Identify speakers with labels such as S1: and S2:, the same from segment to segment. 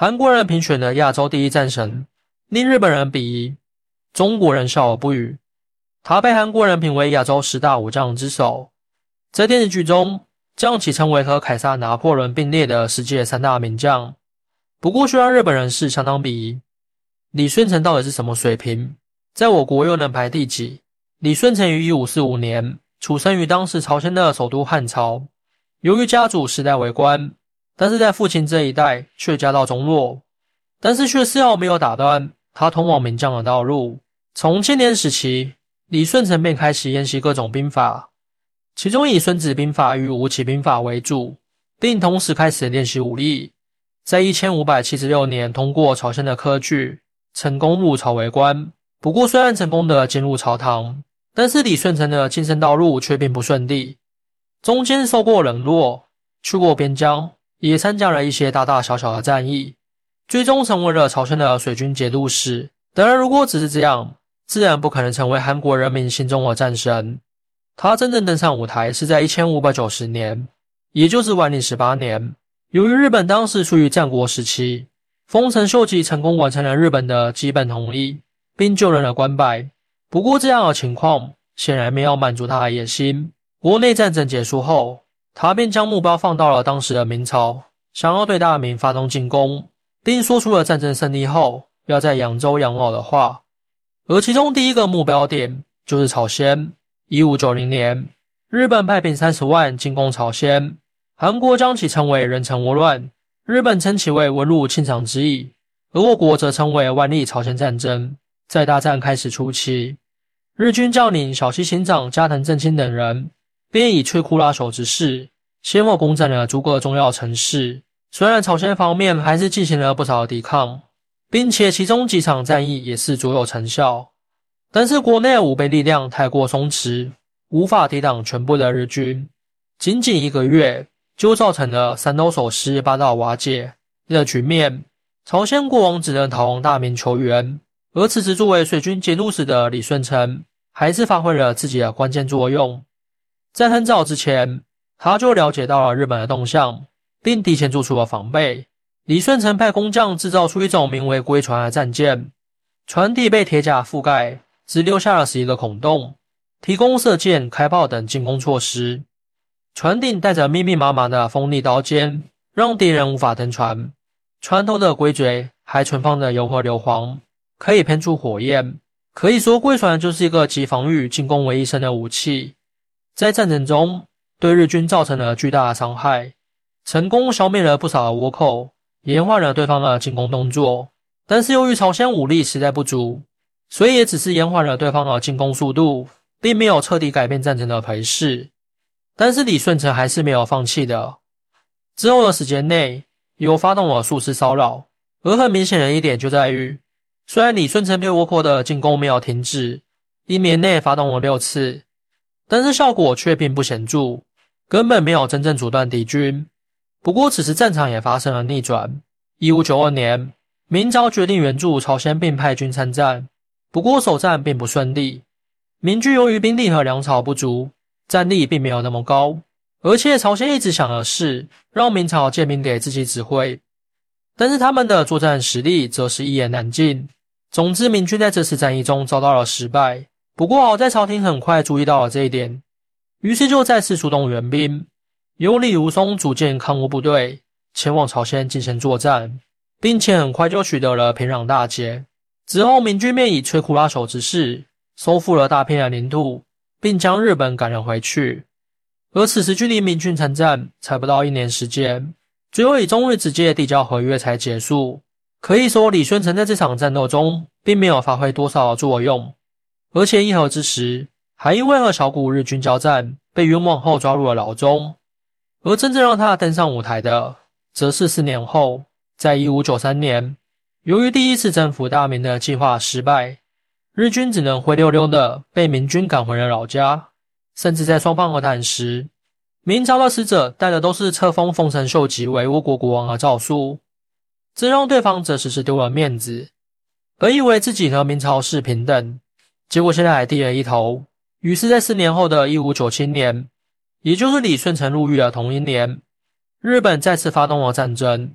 S1: 韩国人评选了亚洲第一战神，令日本人鄙夷，中国人笑而不语。他被韩国人评为亚洲10大武将之首。在电视剧中，将其称为和凯撒、拿破仑并列的世界3大名将。不过，却让日本人是相当鄙夷。李舜臣到底是什么水平？在我国又能排第几？李舜臣于1545年出生于当时朝鲜的首都汉朝。由于家族世代为官，但是在父亲这一代却家道中落，但是却丝毫没有打断他通往名将的道路。从青年时期，李舜臣便开始研习各种兵法，其中以孙子兵法与吴起兵法为主，并同时开始练习武力。在1576年通过朝鲜的科举，成功入朝为官。不过虽然成功的进入朝堂，但是李舜臣的晋升道路却并不顺利，中间受过冷落，去过边疆，也参加了一些大大小小的战役，最终成为了朝鲜的水军节度使。当然如果只是这样，自然不可能成为韩国人民心中的战神。他真正登上舞台是在1590年，也就是万历18年。由于日本当时处于战国时期，丰臣秀吉成功完成了日本的基本统一，并就任了关白。不过这样的情况显然没有满足他的野心。国内战争结束后，他便将目标放到了当时的明朝，想要对大明发动进攻，并说出了战争胜利后要在扬州养老的话。而其中第一个目标点就是朝鲜。1590年，日本派兵30万进攻朝鲜，韩国将其称为壬辰倭乱，日本称其为文禄庆长之役，而我国则称为万历朝鲜战争。在大战开始初期，日军将领小西行长加藤正清等人便以摧枯拉朽之势先后攻占了诸个重要城市。虽然朝鲜方面还是进行了不少的抵抗，并且其中几场战役也是卓有成效，但是国内的武备力量太过松弛，无法抵挡全部的日军。仅仅1个月就造成了三都守师八道瓦解的局面。朝鲜国王只能逃往大明求援，而此时作为水军节度使的李舜臣还是发挥了自己的关键作用。在很早之前，他就了解到了日本的动向，并提前做出了防备。李舜臣派工匠制造出一种名为龟船的战舰，船底被铁甲覆盖，只留下了11个孔洞，提供射箭、开炮等进攻措施。船顶带着密密麻麻的锋利刀尖，让敌人无法登船。船头的龟嘴还存放着铀和硫磺，可以喷出火焰。可以说龟船就是一个集防御、进攻为一身的武器。在战争中，对日军造成了巨大的伤害，成功消灭了不少的倭寇，延缓了对方的进攻动作。但是由于朝鲜武力实在不足，所以也只是延缓了对方的进攻速度，并没有彻底改变战争的颓势。但是李舜臣还是没有放弃的，之后的时间内又发动了数次骚扰。而很明显的一点就在于，虽然李舜臣对倭寇的进攻没有停止，1年内发动了6次，但是效果却并不显著，根本没有真正阻断敌军。不过此时战场也发生了逆转。1592年，明朝决定援助朝鲜并派军参战，不过首战并不顺利。明军由于兵力和粮草不足，战力并没有那么高，而且朝鲜一直想的是让明朝借兵给自己指挥，但是他们的作战实力则是一言难尽。总之明军在这次战役中遭到了失败。不过好在朝廷很快注意到了这一点，于是就再次出动援兵，由李如松组建抗倭部队前往朝鲜进行作战，并且很快就取得了平壤大捷。之后明军便以摧枯拉朽之势收复了大片的领土，并将日本赶了回去。而此时距离明军参战才不到1年时间，最后以中日直接递交合约才结束。可以说李舜臣在这场战斗中并没有发挥多少作用，而且议和之时还因为和小股日军交战被冤枉后抓入了牢中。而真正让他登上舞台的则是4年后，在1593年，由于第一次征服大明的计划失败，日军只能灰溜溜的被明军赶回了老家。甚至在双方和谈时，明朝的使者带的都是册封丰臣秀吉为倭国国王的诏书，这让对方则是丢了面子，本以为自己和明朝是平等，结果现在还低了一头。于是在4年后的1597年，也就是李舜臣入狱的同一年，日本再次发动了战争。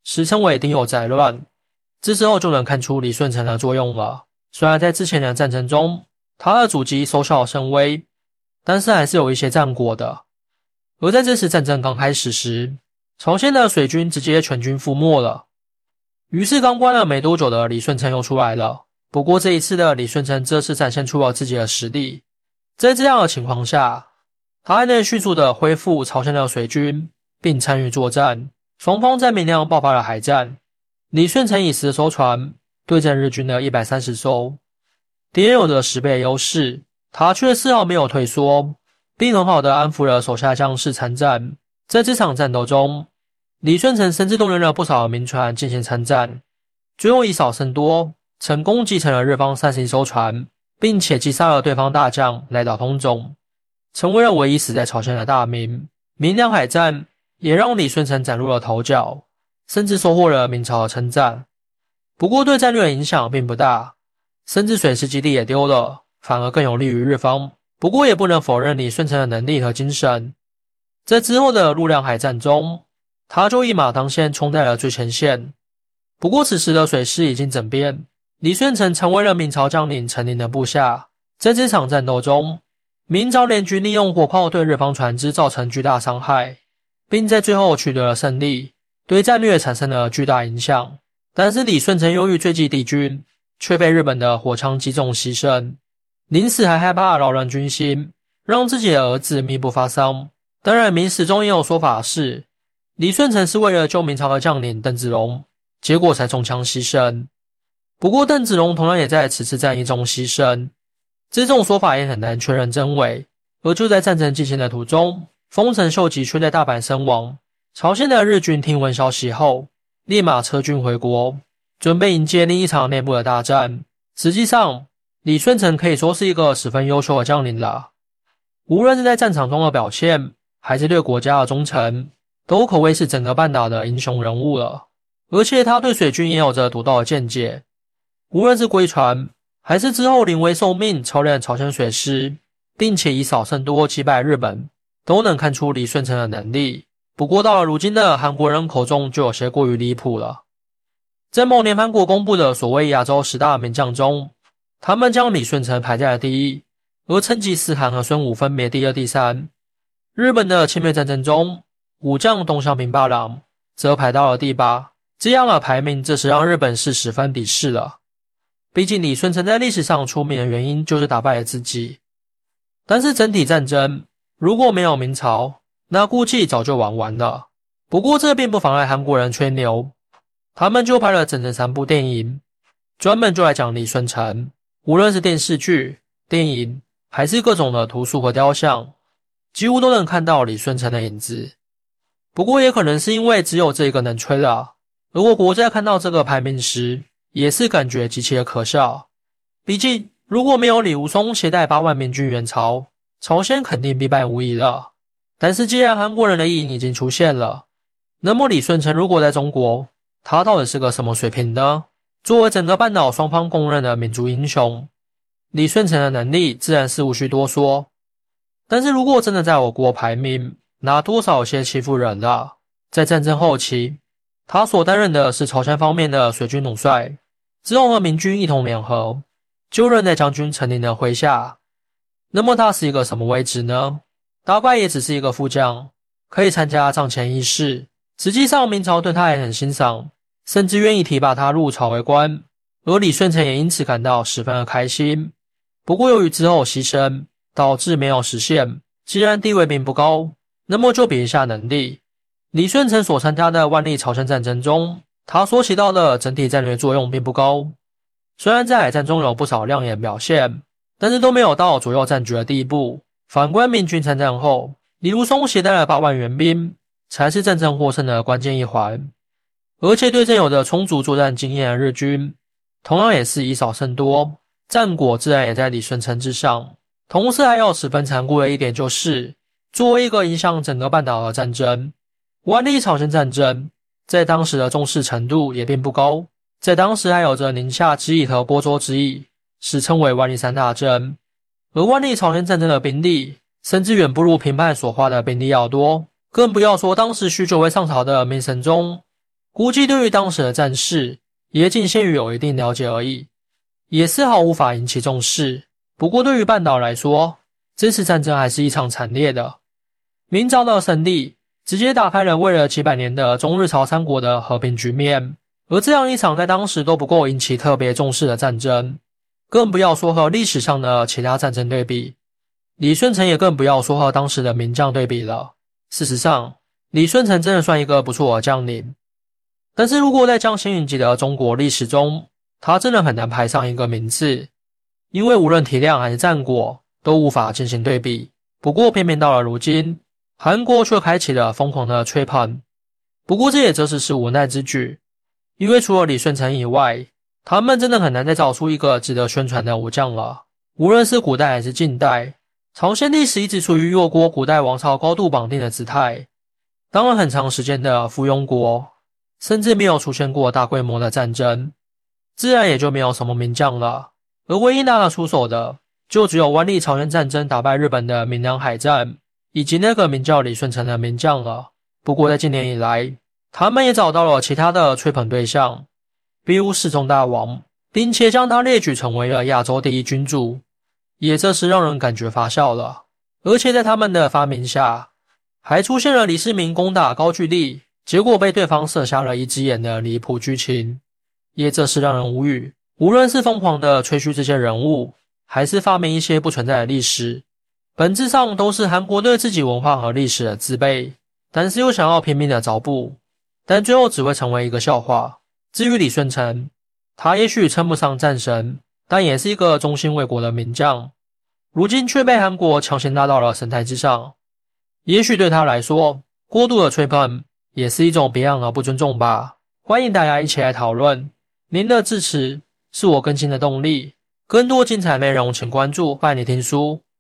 S1: 史称为丁酉宰乱。这时候就能看出李舜臣的作用了。虽然在之前的战争中，他的祖籍收效甚微，但是还是有一些战果的。而在这次战争刚开始时，朝鲜的水军直接全军覆没了。于是刚关了没多久的李舜臣又出来了。不过这一次的李舜臣这次展现出了自己的实力。在这样的情况下，他还能迅速的恢复朝鲜的水军，并参与作战。双方在明亮爆发了海战。李舜臣以10艘船对阵日军的130艘，敌人有着10倍的优势，他却丝毫没有退缩，并很好的安抚了手下将士参战。在这场战斗中，李舜臣甚至动员了不少的民船进行参战，最后以少胜多，成功击沉了日方31艘船，并且击杀了对方大将来岛通种，成为了唯一死在朝鲜的大名。明亮海战也让李舜臣崭露了头角，甚至收获了明朝的称赞。不过对战略的影响并不大，甚至水师基地也丢了，反而更有利于日方。不过也不能否认李舜臣的能力和精神。在之后的陆亮海战中，他就一马当先冲在了最前线。不过此时的水师已经整编，李舜臣成为了明朝将领陈琳的部下。在这场战斗中，明朝联军利用火炮对日方船只造成巨大伤害，并在最后取得了胜利，对战略产生了巨大影响。但是李舜臣由于追击敌军，却被日本的火枪击中牺牲。临死还害怕扰乱军心，让自己的儿子弥补发丧。当然明史中也有说法是，李舜臣是为了救明朝的将领邓子龙，结果才中枪牺牲。不过邓子龙同样也在此次战役中牺牲，这种说法也很难确认真伪。而就在战争进行的途中，丰臣秀吉却在大阪身亡。朝鲜的日军听闻消息后，立马撤军回国，准备迎接另一场内部的大战。实际上，李舜臣可以说是一个十分优秀的将领了，无论是在战场中的表现，还是对国家的忠诚，都可谓是整个半岛的英雄人物了。而且他对水军也有着独到的见解，无论是归船，还是之后临危受命操练朝鲜水师，并且以少胜多击败日本，都能看出李舜臣的能力。不过到了如今的韩国人口中就有些过于离谱了。在某年韩国公布的所谓亚洲10大名将中，他们将李舜臣排在了第一，而成吉思汗和孙武分别第二、第三。日本的侵略战争中，武将东乡平八郎则排到了第8，这样的排名这是让日本是十分鄙视了。毕竟李舜臣在历史上出名的原因就是打败了自己。但是整体战争如果没有明朝，那估计早就玩完了。不过这并不妨碍韩国人吹牛，他们就拍了整整3部电影，专门就来讲李舜臣。无论是电视剧、电影，还是各种的图书和雕像，几乎都能看到李舜臣的影子。不过也可能是因为只有这个能吹了，而我国在看到这个排名时，也是感觉极其的可笑。毕竟如果没有李吴淞携带8万明军援朝，朝鲜肯定必败无疑了。但是既然韩国人的意淫已经出现了，那么李舜臣如果在中国，他到底是个什么水平呢？作为整个半岛双方公认的民族英雄，李舜臣的能力自然是无需多说。但是如果真的在我国排名，那多少有些欺负人了。在战争后期，他所担任的是朝鲜方面的水军统帅，之后和明军一同联合，就任在将军陈琳的麾下。那么他是一个什么位置呢？大概也只是一个副将，可以参加帐前仪式。实际上明朝对他也很欣赏，甚至愿意提拔他入朝为官，而李舜臣也因此感到十分的开心。不过由于之后牺牲，导致没有实现。既然地位并不高，那么就比一下能力。李舜臣所参加的万历朝鲜战争中，他所起到的整体战略作用并不高。虽然在海战中有不少亮眼表现，但是都没有到左右战局的地步。反观明军参战后，李吴淞携带了8万援兵，才是战争获胜的关键一环。而且对阵有着充足作战经验的日军，同样也是以少胜多，战果自然也在李舜臣之上。同时还有十分残酷的一点就是，作为一个影响整个半岛的战争，万历朝鲜战争在当时的重视程度也并不高。在当时还有着宁夏之役和播州之役，史称为万历3大征。而万历朝鲜战争的兵力甚至远不如评判所花的兵力要多，更不要说当时许久未上朝的明神宗估计对于当时的战事，也仅限于有一定了解而已，也丝毫无法引起重视。不过对于半岛来说，这次战争还是一场惨烈的。明朝的胜利直接打开了为了几百年的中日朝三国的和平局面，而这样一场在当时都不够引起特别重视的战争，更不要说和历史上的其他战争对比，李舜臣也更不要说和当时的名将对比了。事实上，李舜臣真的算一个不错的将领，但是如果在江青云集的中国历史中，他真的很难排上一个名次，因为无论体量还是战果都无法进行对比。不过偏偏到了如今，韩国却开启了疯狂的吹捧。不过这也则是无奈之举，因为除了李舜臣以外，他们真的很难再找出一个值得宣传的武将了。无论是古代还是近代，朝鲜历史一直处于弱国古代王朝高度绑定的姿态。当了很长时间的附庸国，甚至没有出现过大规模的战争，自然也就没有什么名将了。而唯一拿得出手的，就只有万历朝鲜战争打败日本的闽南海战，以及那个名叫李舜臣的名将了。不过在近年以来，他们也找到了其他的吹捧对象，比如世宗大王，并且将他列举成为了亚洲第一君主，也这是让人感觉发笑了。而且在他们的发明下，还出现了李世民攻打高句丽，结果被对方射瞎了一只眼的离谱剧情，也这是让人无语。无论是疯狂的吹嘘这些人物，还是发明一些不存在的历史，本质上都是韩国对自己文化和历史的自卑，但是又想要拼命的找补，但最后只会成为一个笑话。至于李舜臣，他也许称不上战神，但也是一个忠心为国的名将，如今却被韩国强行拉到了神台之上。也许对他来说，过度的吹捧也是一种别样的不尊重吧。欢迎大家一起来讨论，您的支持是我更新的动力。更多精彩内容请关注伴你听书。